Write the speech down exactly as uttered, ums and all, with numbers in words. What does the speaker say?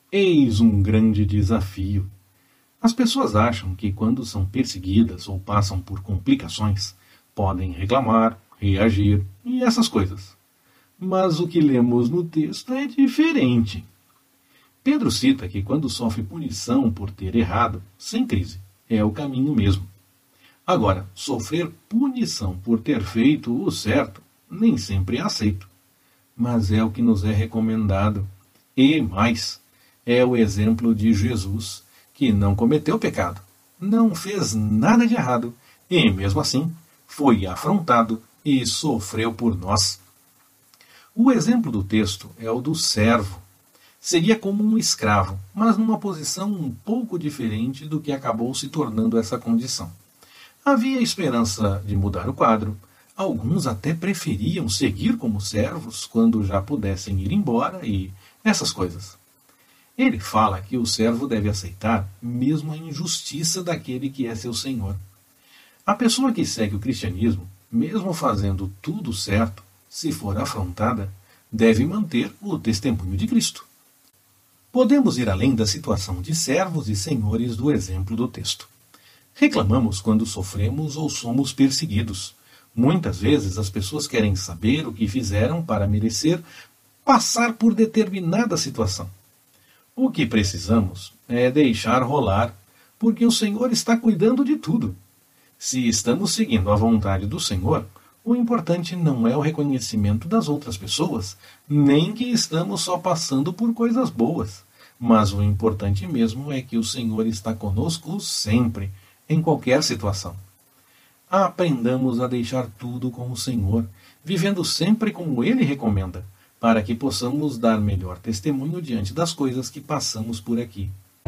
Eis um grande desafio. As pessoas acham que quando são perseguidas ou passam por complicações, podem reclamar, reagir e essas coisas. Mas o que lemos no texto é diferente. Pedro cita que quando sofre punição por ter errado, sem crise, é o caminho mesmo. Agora, sofrer punição por ter feito o certo, nem sempre é aceito. Mas é o que nos é recomendado. E mais, é o exemplo de Jesus, que não cometeu pecado, não fez nada de errado, e mesmo assim foi afrontado e sofreu por nós. O exemplo do texto é o do servo. Seria como um escravo, mas numa posição um pouco diferente do que acabou se tornando essa condição. Havia esperança de mudar o quadro. Alguns até preferiam seguir como servos quando já pudessem ir embora e essas coisas. Ele fala que o servo deve aceitar mesmo a injustiça daquele que é seu senhor. A pessoa que segue o cristianismo, mesmo fazendo tudo certo, se for afrontada, deve manter o testemunho de Cristo. Podemos ir além da situação de servos e senhores do exemplo do texto. Reclamamos quando sofremos ou somos perseguidos. Muitas vezes as pessoas querem saber o que fizeram para merecer passar por determinada situação. O que precisamos é deixar rolar, porque o Senhor está cuidando de tudo. Se estamos seguindo a vontade do Senhor, o importante não é o reconhecimento das outras pessoas, nem que estamos só passando por coisas boas. Mas o importante mesmo é que o Senhor está conosco sempre, em qualquer situação. Aprendamos a deixar tudo com o Senhor, vivendo sempre como Ele recomenda, para que possamos dar melhor testemunho diante das coisas que passamos por aqui.